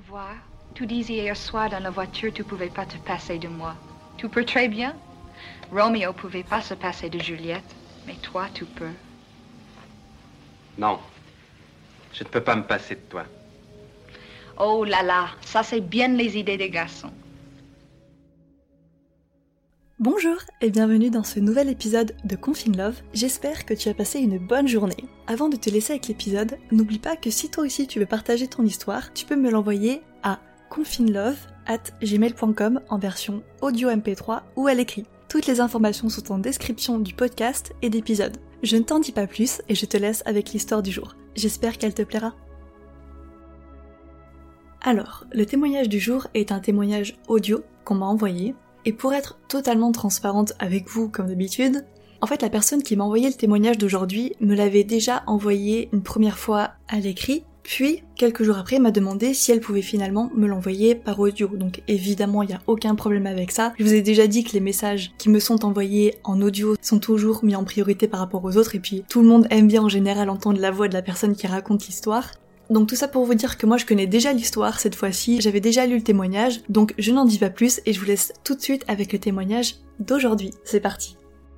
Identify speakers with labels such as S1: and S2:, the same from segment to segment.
S1: vois, tu disais hier soir dans la voiture, tu pouvais pas te passer de moi. Tu peux très bien. Roméo pouvait pas se passer de Juliette, mais toi, tu peux.
S2: Non, je ne peux pas me passer de toi.
S1: Oh là là, ça c'est bien les idées des garçons.
S3: Bonjour et bienvenue dans ce nouvel épisode de Confine Love, j'espère que tu as passé une bonne journée. Avant de te laisser avec l'épisode, n'oublie pas que si toi aussi tu veux partager ton histoire, tu peux me l'envoyer à confinelove@gmail.com en version audio MP3 ou à l'écrit. Toutes les informations sont en description du podcast et d'épisode. Je ne t'en dis pas plus et je te laisse avec l'histoire du jour. J'espère qu'elle te plaira. Alors, le témoignage du jour est un témoignage audio qu'on m'a envoyé. Et pour être totalement transparente avec vous comme d'habitude, en fait la personne qui m'a envoyé le témoignage d'aujourd'hui me l'avait déjà envoyé une première fois à l'écrit, puis quelques jours après m'a demandé si elle pouvait finalement me l'envoyer par audio. Donc évidemment il n'y a aucun problème avec ça. Je vous ai déjà dit que les messages qui me sont envoyés en audio sont toujours mis en priorité par rapport aux autres, et puis tout le monde aime bien en général entendre la voix de la personne qui raconte l'histoire. Donc tout ça pour vous dire que moi je connais déjà l'histoire cette fois-ci, j'avais déjà lu le témoignage, donc je n'en dis pas plus et je vous laisse tout de suite avec le témoignage d'aujourd'hui. C'est parti.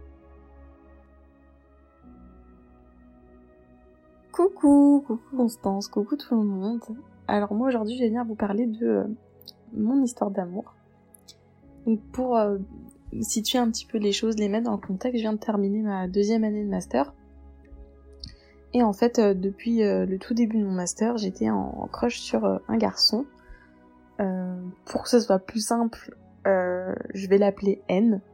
S4: Coucou Constance, coucou tout le monde. Alors moi aujourd'hui je vais venir vous parler de mon histoire d'amour. Donc pour situer un petit peu les choses, les mettre dans le contexte, je viens de terminer ma 2e année de master. Et en fait, depuis le tout début de mon master, j'étais en crush sur un garçon. Pour que ce soit plus simple, je vais l'appeler N.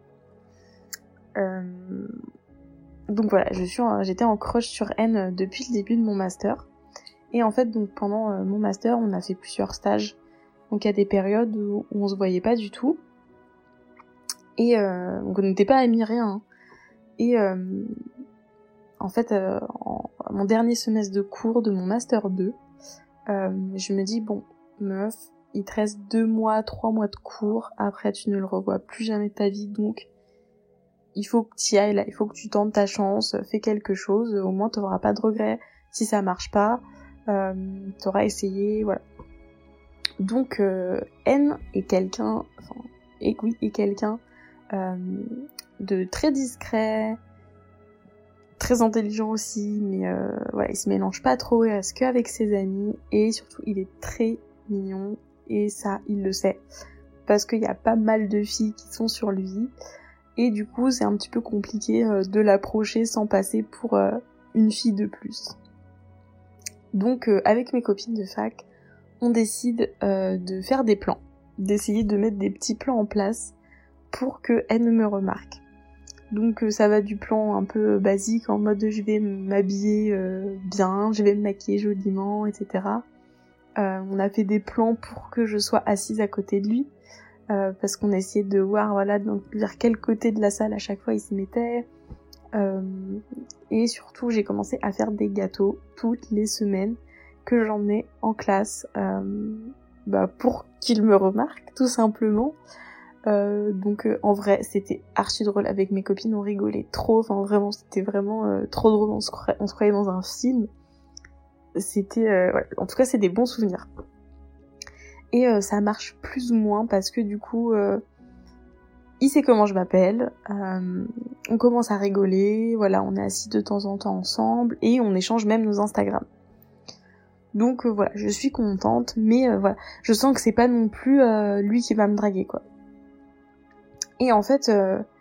S4: Donc voilà, j'étais en crush sur N depuis le début de mon master. Et en fait, donc pendant mon master, on a fait plusieurs stages. Donc il y a des périodes où on se voyait pas du tout. Et donc on n'était pas amis, rien. Hein. Et en fait, mon dernier semestre de cours de mon master 2, je me dis, bon, meuf, il te reste 2 mois, 3 mois de cours, après tu ne le revois plus jamais de ta vie, donc il faut que tu y ailles là, il faut que tu tentes ta chance, fais quelque chose, au moins t'auras pas de regrets si ça marche pas, t'auras essayé, voilà. Donc N est quelqu'un, de très discret, très intelligent aussi, mais voilà, il se mélange pas trop, il reste qu'avec ses amis, et surtout il est très mignon, et ça il le sait, parce qu'il y a pas mal de filles qui sont sur lui, et du coup c'est un petit peu compliqué de l'approcher sans passer pour une fille de plus. Donc avec mes copines de fac, on décide de faire des plans, d'essayer de mettre des petits plans en place pour que elle me remarque. Donc ça va du plan un peu basique, en mode je vais m'habiller bien, je vais me maquiller joliment, etc. On a fait des plans pour que je sois assise à côté de lui, parce qu'on a essayé de voir voilà vers quel côté de la salle à chaque fois il se mettait. Et surtout j'ai commencé à faire des gâteaux toutes les semaines que j'emmenais en classe, pour qu'il me remarque tout simplement. Donc en vrai c'était archi drôle avec mes copines, on rigolait trop, enfin vraiment c'était vraiment trop drôle, on se croyait dans un film, c'était voilà. En tout cas c'est des bons souvenirs, et ça marche plus ou moins parce que du coup il sait comment je m'appelle, on commence à rigoler, voilà, on est assis de temps en temps ensemble et on échange même nos Instagram. Donc voilà, je suis contente, mais voilà, je sens que c'est pas non plus lui qui va me draguer quoi. Et en fait,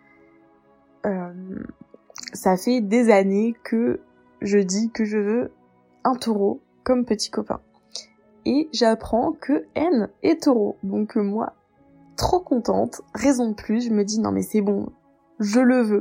S4: ça fait des années que je dis que je veux un taureau comme petit copain. Et j'apprends que N est taureau. Donc moi, trop contente, raison de plus, je me dis non mais c'est bon, je le veux.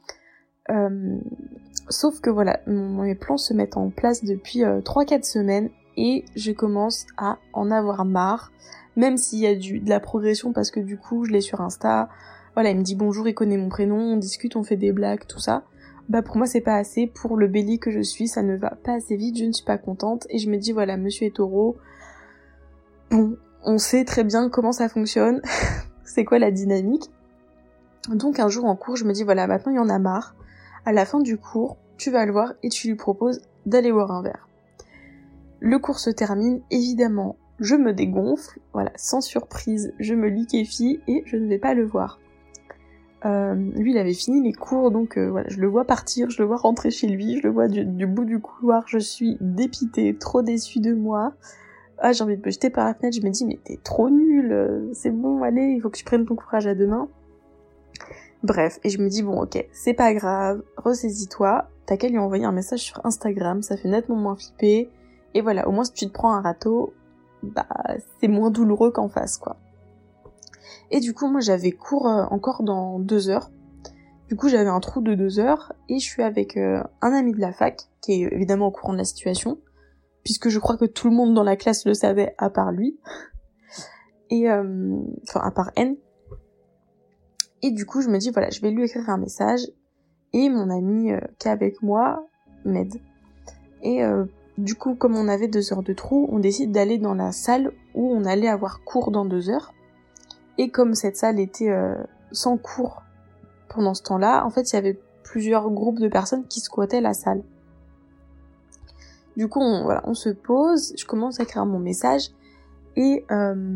S4: Sauf que voilà, mes plans se mettent en place depuis 3-4 semaines et je commence à en avoir marre, même s'il y a de la progression parce que du coup je l'ai sur Insta. Voilà, il me dit bonjour, il connaît mon prénom, on discute, on fait des blagues, tout ça. Pour moi c'est pas assez, pour le bélier que je suis, ça ne va pas assez vite, je ne suis pas contente, et je me dis voilà, monsieur est taureau, bon, on sait très bien comment ça fonctionne, c'est quoi la dynamique. Donc un jour en cours, je me dis voilà, maintenant il y en a marre, à la fin du cours, tu vas le voir et tu lui proposes d'aller boire un verre. Le cours se termine, évidemment, je me dégonfle, voilà, sans surprise, je me liquéfie et je ne vais pas le voir. Lui, il avait fini les cours, donc voilà, je le vois partir, je le vois rentrer chez lui, je le vois du bout du couloir, je suis dépitée, trop déçue de moi. Ah, j'ai envie de me jeter par la fenêtre, je me dis, mais t'es trop nulle, c'est bon, allez, il faut que tu prennes ton courage à deux mains. Bref, et je me dis, bon, ok, c'est pas grave, ressaisis-toi, t'as qu'à lui envoyer un message sur Instagram, ça fait nettement moins flipper, et voilà, au moins si tu te prends un râteau, bah, c'est moins douloureux qu'en face, quoi. Et du coup, moi, j'avais cours encore dans 2 heures. Du coup, j'avais un trou de 2 heures, et je suis avec un ami de la fac, qui est évidemment au courant de la situation, puisque je crois que tout le monde dans la classe le savait, à part lui. Et, enfin, à part N. Et du coup, je me dis, voilà, je vais lui écrire un message, et mon ami qui est avec moi m'aide. Et du coup, comme on avait 2 heures de trou, on décide d'aller dans la salle où on allait avoir cours dans 2 heures. Et comme cette salle était sans cours pendant ce temps-là, en fait, il y avait plusieurs groupes de personnes qui squattaient la salle. Du coup, on se pose, je commence à écrire mon message, et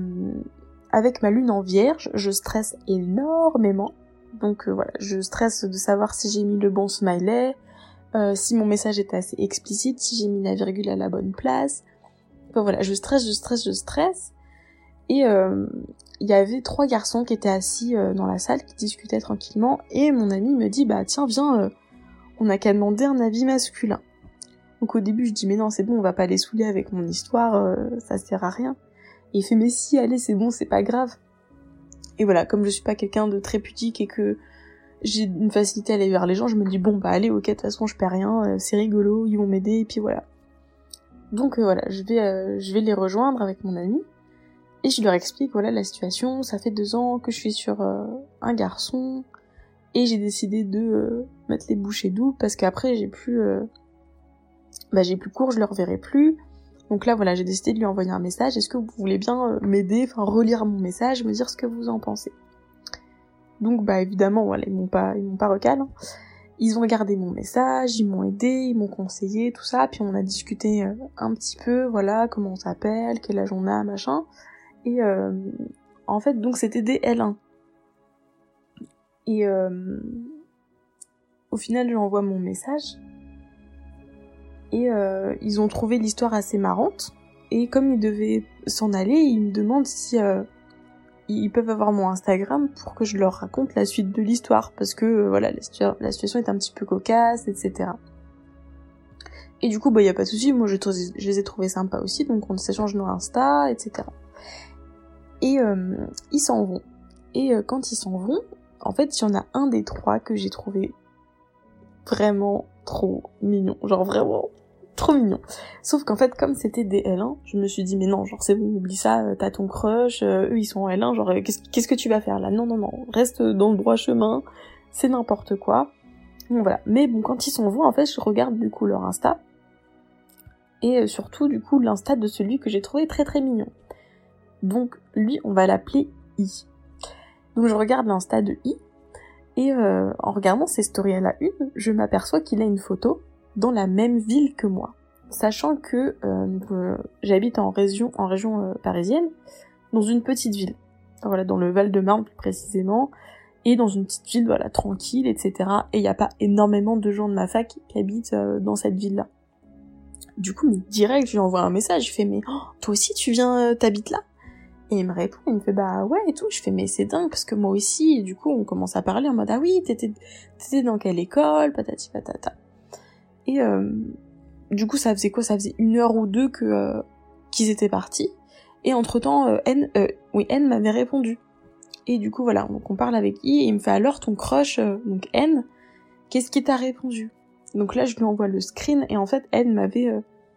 S4: avec ma lune en vierge, je stresse énormément. Donc voilà, je stresse de savoir si j'ai mis le bon smiley, si mon message était assez explicite, si j'ai mis la virgule à la bonne place. Enfin voilà, je stresse. Et il y avait 3 garçons qui étaient assis dans la salle, qui discutaient tranquillement, et mon ami me dit, bah tiens, viens, on n'a qu'à demander un avis masculin. Donc au début je dis, mais non, c'est bon, on va pas les saouler avec mon histoire, ça sert à rien. Et il fait, mais si, allez, c'est bon, c'est pas grave. Et voilà, comme je suis pas quelqu'un de très pudique et que j'ai une facilité à aller vers les gens, je me dis, bon, bah allez, ok, de toute façon, je perds rien, c'est rigolo, ils vont m'aider, et puis voilà. Donc voilà, je vais les rejoindre avec mon ami, et je leur explique, voilà, la situation, ça fait 2 ans que je suis sur un garçon, et j'ai décidé de mettre les bouchées doubles, parce qu'après, j'ai plus cours, je le reverrai plus. Donc là, voilà, j'ai décidé de lui envoyer un message. Est-ce que vous voulez bien m'aider, enfin relire mon message, me dire ce que vous en pensez? Donc bah évidemment, voilà, ils m'ont pas recal. Hein. Ils ont regardé mon message, ils m'ont aidé, ils m'ont conseillé, tout ça. Puis on a discuté un petit peu, voilà, comment on s'appelle, quel âge on a, machin. Et en fait, donc c'était des L1. Et au final, j'envoie mon message. Et ils ont trouvé l'histoire assez marrante, et comme ils devaient s'en aller, ils me demandent si ils peuvent avoir mon Instagram pour que je leur raconte la suite de l'histoire, parce que voilà, la situation est un petit peu cocasse, etc. Et du coup, bah y a pas de souci, moi je les ai trouvés sympas aussi, donc on s'échange nos Insta, etc. Et ils s'en vont. Et quand ils s'en vont, en fait, il y en a un des 3 que j'ai trouvé vraiment trop mignon, genre vraiment trop mignon. Sauf qu'en fait, comme c'était des L1, je me suis dit, mais non, genre c'est bon, oublie ça, t'as ton crush, eux ils sont en L1, genre qu'est-ce que tu vas faire là? Non, reste dans le droit chemin, c'est n'importe quoi. Bon voilà, mais bon, quand ils s'en vont, en fait, je regarde du coup leur Insta, et surtout du coup l'Insta de celui que j'ai trouvé très très mignon. Donc lui, on va l'appeler I. Donc je regarde l'Insta de I, et en regardant ses stories à la une, je m'aperçois qu'il a une photo dans la même ville que moi. Sachant que j'habite en région parisienne, dans une petite ville. Voilà, dans le Val-de-Marne plus précisément, et dans une petite ville, voilà, tranquille, etc. Et il n'y a pas énormément de gens de ma fac qui habitent dans cette ville-là. Du coup, mais direct, je lui envoie un message, je fais, mais oh, toi aussi tu viens, t'habites là? Et il me répond, il me fait, bah ouais et tout. Je fais, mais c'est dingue, parce que moi aussi, et du coup on commence à parler en mode, ah oui, t'étais dans quelle école, patati patata. Et du coup ça faisait quoi? Ça faisait 1 heure ou 2 qu'ils étaient partis. Et entre temps, N m'avait répondu. Et du coup voilà, donc on parle avec I, et il me fait, alors ton crush, donc N, qu'est-ce qui t'a répondu? Donc là je lui envoie le screen, et en fait N m'avait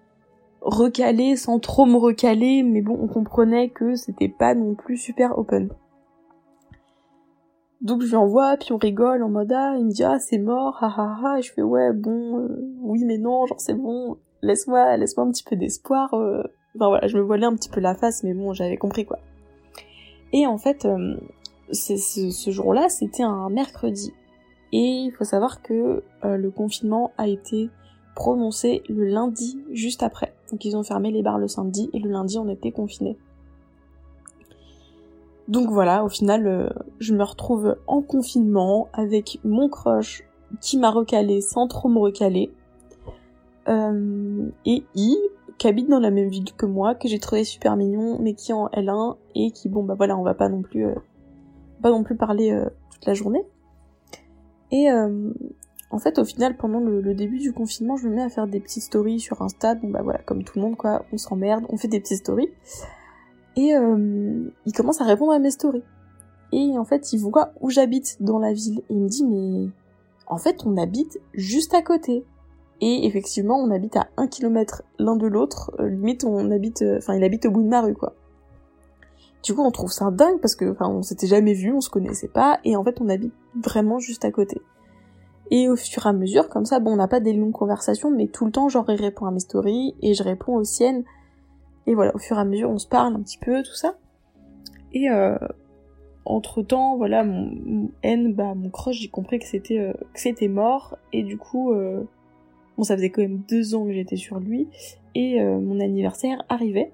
S4: recalé sans trop me recaler, mais bon, on comprenait que c'était pas non plus super open. Donc je lui envoie, puis on rigole en mode, ah, il me dit, ah, c'est mort, ha, et je fais, ouais, bon, oui, mais non, genre c'est bon, laisse-moi un petit peu d'espoir, enfin voilà, je me voilais un petit peu la face, mais bon, j'avais compris quoi. Et en fait, ce jour-là, c'était un mercredi, et il faut savoir que le confinement a été prononcé le lundi juste après. Donc ils ont fermé les bars le samedi et le lundi on était confinés. Donc voilà, au final, je me retrouve en confinement avec mon crush qui m'a recalé sans trop me recaler. Et I, qui habite dans la même ville que moi, que j'ai trouvé super mignon, mais qui est en L1, et qui, bon bah voilà, on va pas non plus parler toute la journée. Et en fait, au final, pendant le début du confinement, je me mets à faire des petites stories sur Insta, donc bah voilà, comme tout le monde quoi, on s'emmerde, on fait des petites stories. Et il commence à répondre à mes stories. Et en fait, il voit où j'habite dans la ville, et il me dit, mais en fait, on habite juste à côté. Et effectivement, on habite à 1 kilomètre l'un de l'autre, limite on habite, il habite au bout de ma rue quoi. Du coup on trouve ça dingue parce que on s'était jamais vu, on se connaissait pas, et en fait on habite vraiment juste à côté. Et au fur et à mesure, comme ça, bon on n'a pas des longues conversations, mais tout le temps genre il répond à mes stories, et je réponds aux siennes, et voilà, au fur et à mesure on se parle un petit peu, tout ça. Et entre temps, voilà, mon crush, j'ai compris que c'était mort, et du coup... Bon, ça faisait quand même 2 ans que j'étais sur lui, et mon anniversaire arrivait.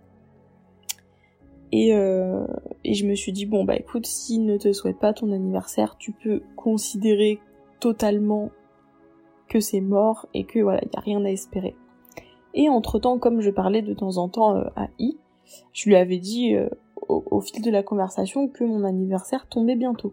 S4: Et je me suis dit, bon bah écoute, s'il ne te souhaite pas ton anniversaire, tu peux considérer totalement que c'est mort, et que voilà, il n'y a rien à espérer. Et entre-temps, comme je parlais de temps en temps à I, je lui avais dit au fil de la conversation que mon anniversaire tombait bientôt.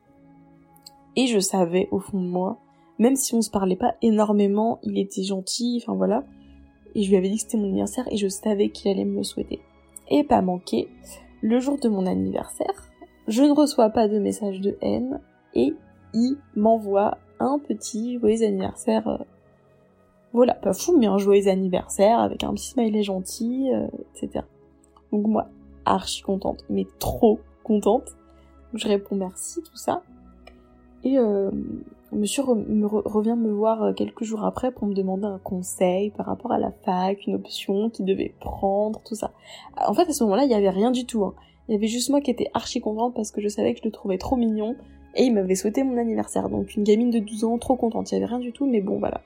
S4: Et je savais au fond de moi, même si on se parlait pas énormément, il était gentil, enfin voilà. Et je lui avais dit que c'était mon anniversaire et je savais qu'il allait me le souhaiter. Et pas manqué, le jour de mon anniversaire, je ne reçois pas de message de haine et il m'envoie un petit joyeux anniversaire. Voilà, pas fou, mais un joyeux anniversaire avec un petit smiley gentil, etc. Donc moi, archi contente, mais trop contente. Je réponds merci, tout ça. Et monsieur revient me voir quelques jours après pour me demander un conseil par rapport à la fac, une option qu'il devait prendre, tout ça. En fait, à ce moment-là, il y avait rien du tout. Il y avait juste moi qui étais archi contente parce que je savais que je le trouvais trop mignon et il m'avait souhaité mon anniversaire. Donc une gamine de 12 ans, trop contente. Il y avait rien du tout, mais bon, voilà.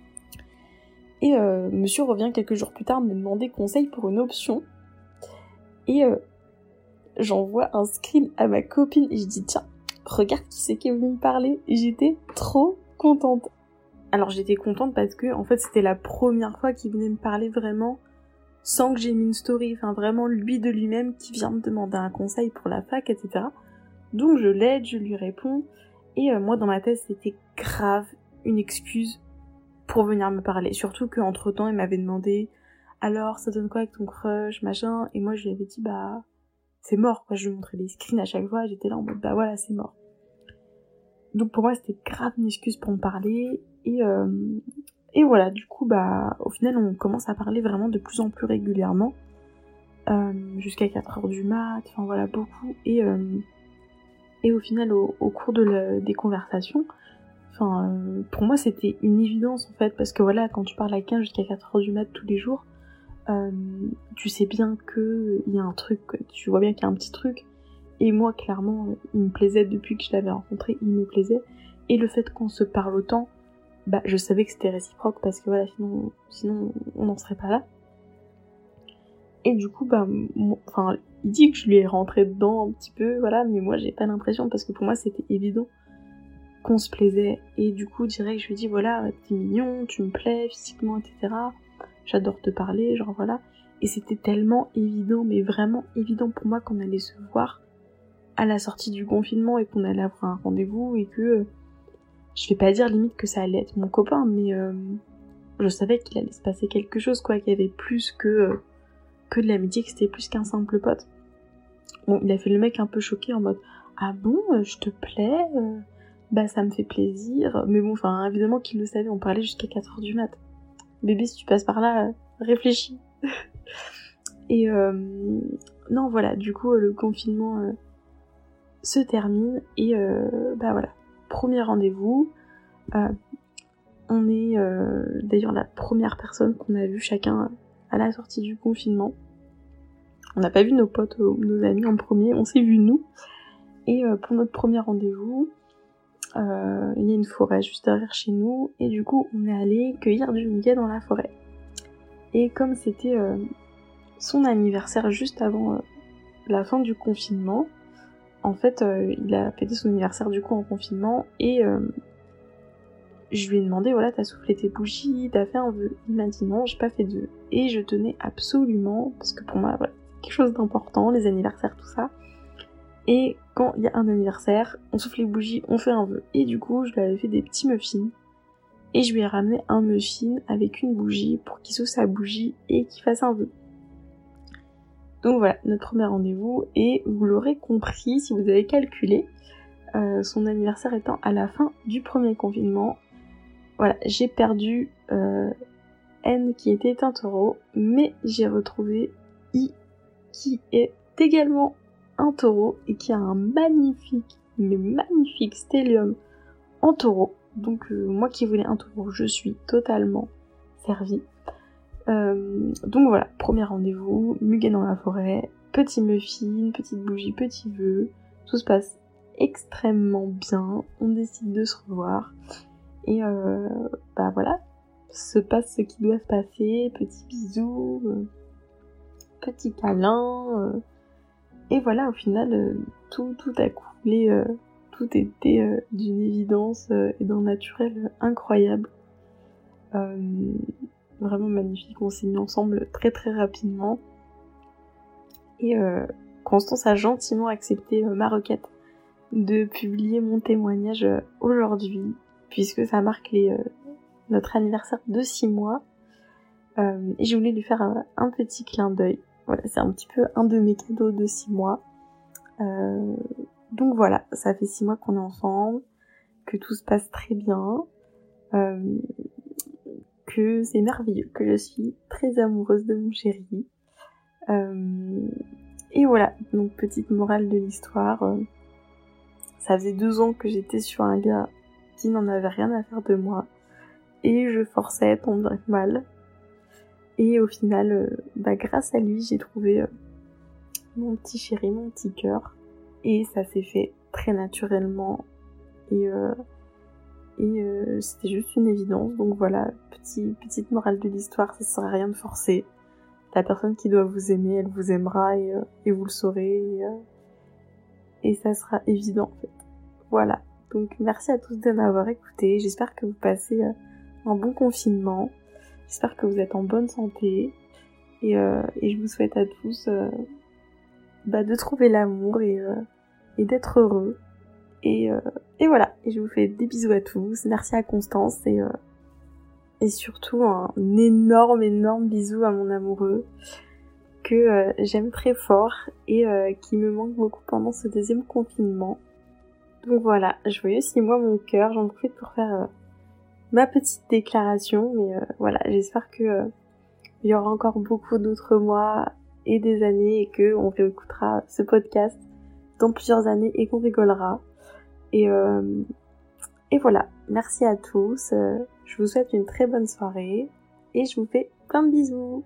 S4: Et monsieur revient quelques jours plus tard me demander conseil pour une option. Et j'envoie un screen à ma copine et je dis tiens, regarde qui c'est qui est venu me parler. Et j'étais trop contente. Alors j'étais contente parce que en fait c'était la première fois qu'il venait me parler vraiment sans que j'ai mis une story. Enfin vraiment lui de lui-même qui vient me demander un conseil pour la fac, etc. Donc je l'aide, je lui réponds. Et moi dans ma tête c'était grave une excuse pour venir me parler. Surtout qu'entre temps il m'avait demandé alors ça donne quoi avec ton crush, machin. Et moi je lui avais dit bah c'est mort quoi, je lui montrais les screens à chaque fois, j'étais là en mode bah voilà c'est mort. Donc pour moi c'était grave une excuse pour me parler. Et voilà, du coup bah au final on commence à parler vraiment de plus en plus régulièrement. Jusqu'à 4h du mat, enfin voilà beaucoup. Et au final au cours des conversations, pour moi c'était une évidence en fait, parce que voilà, quand tu parles à quelqu'un jusqu'à 4h du mat tous les jours, tu sais bien que il y a un truc, tu vois bien qu'il y a un petit truc. Et moi clairement il me plaisait depuis que je l'avais rencontré, il me plaisait. Et le fait qu'on se parle autant, bah je savais que c'était réciproque, parce que voilà, sinon on n'en serait pas là. Et du coup bah il dit que je lui ai rentré dedans un petit peu, voilà, mais moi j'ai pas l'impression, parce que pour moi c'était évident qu'on se plaisait. Et du coup direct je lui dis voilà, t'es mignon, tu me plais physiquement, etc. J'adore te parler, genre voilà. Et c'était tellement évident, mais vraiment évident pour moi qu'on allait se voir à la sortie du confinement et qu'on allait avoir un rendez-vous, et que je vais pas dire limite que ça allait être mon copain, mais je savais qu'il allait se passer quelque chose, quoi, qu'il y avait plus que de l'amitié, que c'était plus qu'un simple pote. Bon, il a fait le mec un peu choqué en mode ah bon, je te plais, bah ça me fait plaisir, mais bon, évidemment qu'il le savait, on parlait jusqu'à 4h du mat. Bébé, si tu passes par là, réfléchis. Et non, voilà, du coup le confinement se termine, et bah voilà, premier rendez-vous. On est d'ailleurs la première personne qu'on a vue chacun à la sortie du confinement. On n'a pas vu nos potes ou nos amis en premier, on s'est vus nous. Et pour notre premier rendez-vous, il y a une forêt juste derrière chez nous, et du coup on est allé cueillir du muguet dans la forêt. Et comme c'était son anniversaire juste avant la fin du confinement, en fait il a fêté son anniversaire du coup en confinement, et je lui ai demandé, voilà, t'as soufflé tes bougies, t'as fait un vœu. Il m'a dit non, j'ai pas fait de vœu. Et je tenais absolument, parce que pour moi, voilà, c'est quelque chose d'important, les anniversaires, tout ça. Et quand il y a un anniversaire, on souffle les bougies, on fait un vœu. Et du coup, je lui avais fait des petits muffins. Et je lui ai ramené un muffin avec une bougie pour qu'il souffle sa bougie et qu'il fasse un vœu. Donc voilà, notre premier rendez-vous. Et vous l'aurez compris si vous avez calculé, son anniversaire étant à la fin du premier confinement. Voilà, j'ai perdu N qui était un taureau, mais j'ai retrouvé I qui est également un taureau et qui a un magnifique stellium en taureau. Donc moi qui voulais un taureau, je suis totalement servie. Donc voilà, premier rendez-vous, muguet dans la forêt, petit muffin, petite bougie, petit vœu, tout se passe extrêmement bien, on décide de se revoir. Et bah voilà, se passe ce qui doit se passer, petits bisous, petits câlins, et voilà, au final, tout a coulé, tout était d'une évidence et d'un naturel incroyable. Vraiment magnifique, on s'est mis ensemble très très rapidement. Et Constance a gentiment accepté ma requête de publier mon témoignage aujourd'hui, puisque ça marque notre anniversaire de 6 mois. Et je voulais lui faire un petit clin d'œil. Voilà, c'est un petit peu un de mes cadeaux de 6 mois. Donc voilà, ça fait 6 mois qu'on est ensemble, que tout se passe très bien, que c'est merveilleux, que je suis très amoureuse de mon chéri. Et voilà, donc petite morale de l'histoire. Ça faisait 2 ans que j'étais sur un gars qui n'en avait rien à faire de moi. Et je forçais tant bien que mal. Et au final, grâce à lui, j'ai trouvé mon petit chéri, mon petit cœur. Et ça s'est fait très naturellement. Et c'était juste une évidence. Donc voilà, petite morale de l'histoire, ça sert à rien de forcer. La personne qui doit vous aimer, elle vous aimera et vous le saurez. Et ça sera évident en fait. Voilà. Donc merci à tous de m'avoir écouté. J'espère que vous passez un bon confinement. J'espère que vous êtes en bonne santé. Et je vous souhaite à tous de trouver l'amour et d'être heureux. Et voilà. Et je vous fais des bisous à tous. Merci à Constance et surtout un énorme bisou à mon amoureux que j'aime très fort et qui me manque beaucoup pendant ce deuxième confinement. Donc voilà, joyeux 6 mois mon cœur, j'en profite pour faire ma petite déclaration, mais voilà, j'espère que il y aura encore beaucoup d'autres mois et des années et que on réécoutera ce podcast dans plusieurs années et qu'on rigolera. Et voilà, merci à tous, je vous souhaite une très bonne soirée et je vous fais plein de bisous.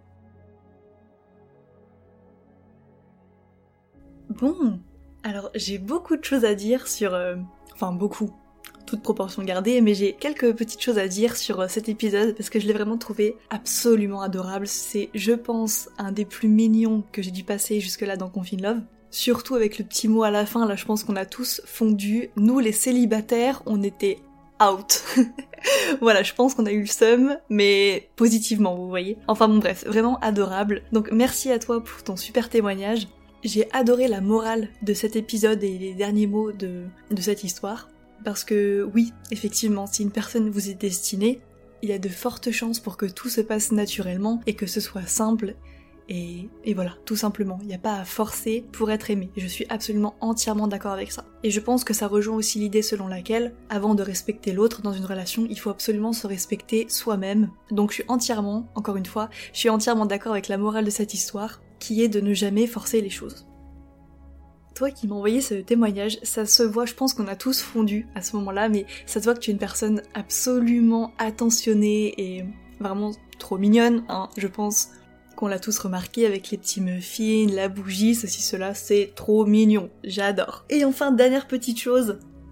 S3: Bon, alors j'ai beaucoup de choses à dire sur... beaucoup, toute proportion gardée, mais j'ai quelques petites choses à dire sur cet épisode parce que je l'ai vraiment trouvé absolument adorable. C'est, je pense, un des plus mignons que j'ai dû passer jusque-là dans Confine Love. Surtout avec le petit mot à la fin, là je pense qu'on a tous fondu. Nous les célibataires, on était out. Voilà, je pense qu'on a eu le seum, mais positivement, vous voyez. Enfin bon bref, vraiment adorable. Donc merci à toi pour ton super témoignage. J'ai adoré la morale de cet épisode et les derniers mots de cette histoire. Parce que oui, effectivement, si une personne vous est destinée, il y a de fortes chances pour que tout se passe naturellement et que ce soit simple. Et voilà, tout simplement. Il n'y a pas à forcer pour être aimé. Je suis absolument entièrement d'accord avec ça. Et je pense que ça rejoint aussi l'idée selon laquelle, avant de respecter l'autre dans une relation, il faut absolument se respecter soi-même. Donc je suis entièrement, encore une fois, je suis entièrement d'accord avec la morale de cette histoire, qui est de ne jamais forcer les choses. Toi qui m'as envoyé ce témoignage, ça se voit, je pense qu'on a tous fondu à ce moment-là, mais ça se voit que tu es une personne absolument attentionnée et vraiment trop mignonne, hein, je pense qu'on l'a tous remarqué avec les petits muffins, la bougie, ceci, cela, c'est trop mignon, j'adore. Et enfin, dernière petite chose,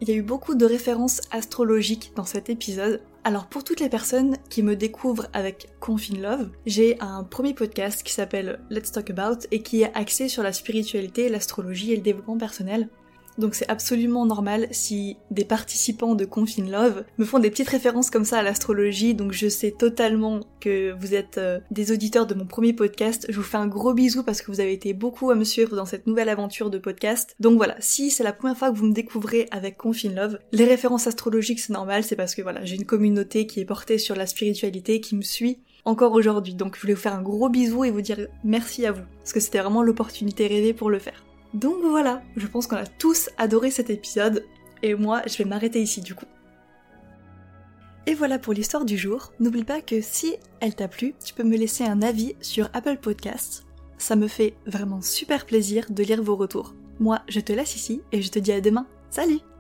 S3: Il y a eu beaucoup de références astrologiques dans cet épisode. Alors pour toutes les personnes qui me découvrent avec Confine Love, j'ai un premier podcast qui s'appelle Let's Talk About et qui est axé sur la spiritualité, l'astrologie et le développement personnel. Donc c'est absolument normal si des participants de Confine Love me font des petites références comme ça à l'astrologie, donc je sais totalement que vous êtes des auditeurs de mon premier podcast. Je vous fais un gros bisou parce que vous avez été beaucoup à me suivre dans cette nouvelle aventure de podcast. Donc voilà, si c'est la première fois que vous me découvrez avec Confine Love, les références astrologiques c'est normal, c'est parce que voilà, j'ai une communauté qui est portée sur la spiritualité, qui me suit encore aujourd'hui. Donc je voulais vous faire un gros bisou et vous dire merci à vous, parce que c'était vraiment l'opportunité rêvée pour le faire. Donc voilà, je pense qu'on a tous adoré cet épisode, et moi je vais m'arrêter ici du coup. Et voilà pour l'histoire du jour. N'oublie pas que si elle t'a plu, tu peux me laisser un avis sur Apple Podcasts. Ça me fait vraiment super plaisir de lire vos retours. Moi, je te laisse ici et je te dis à demain. Salut!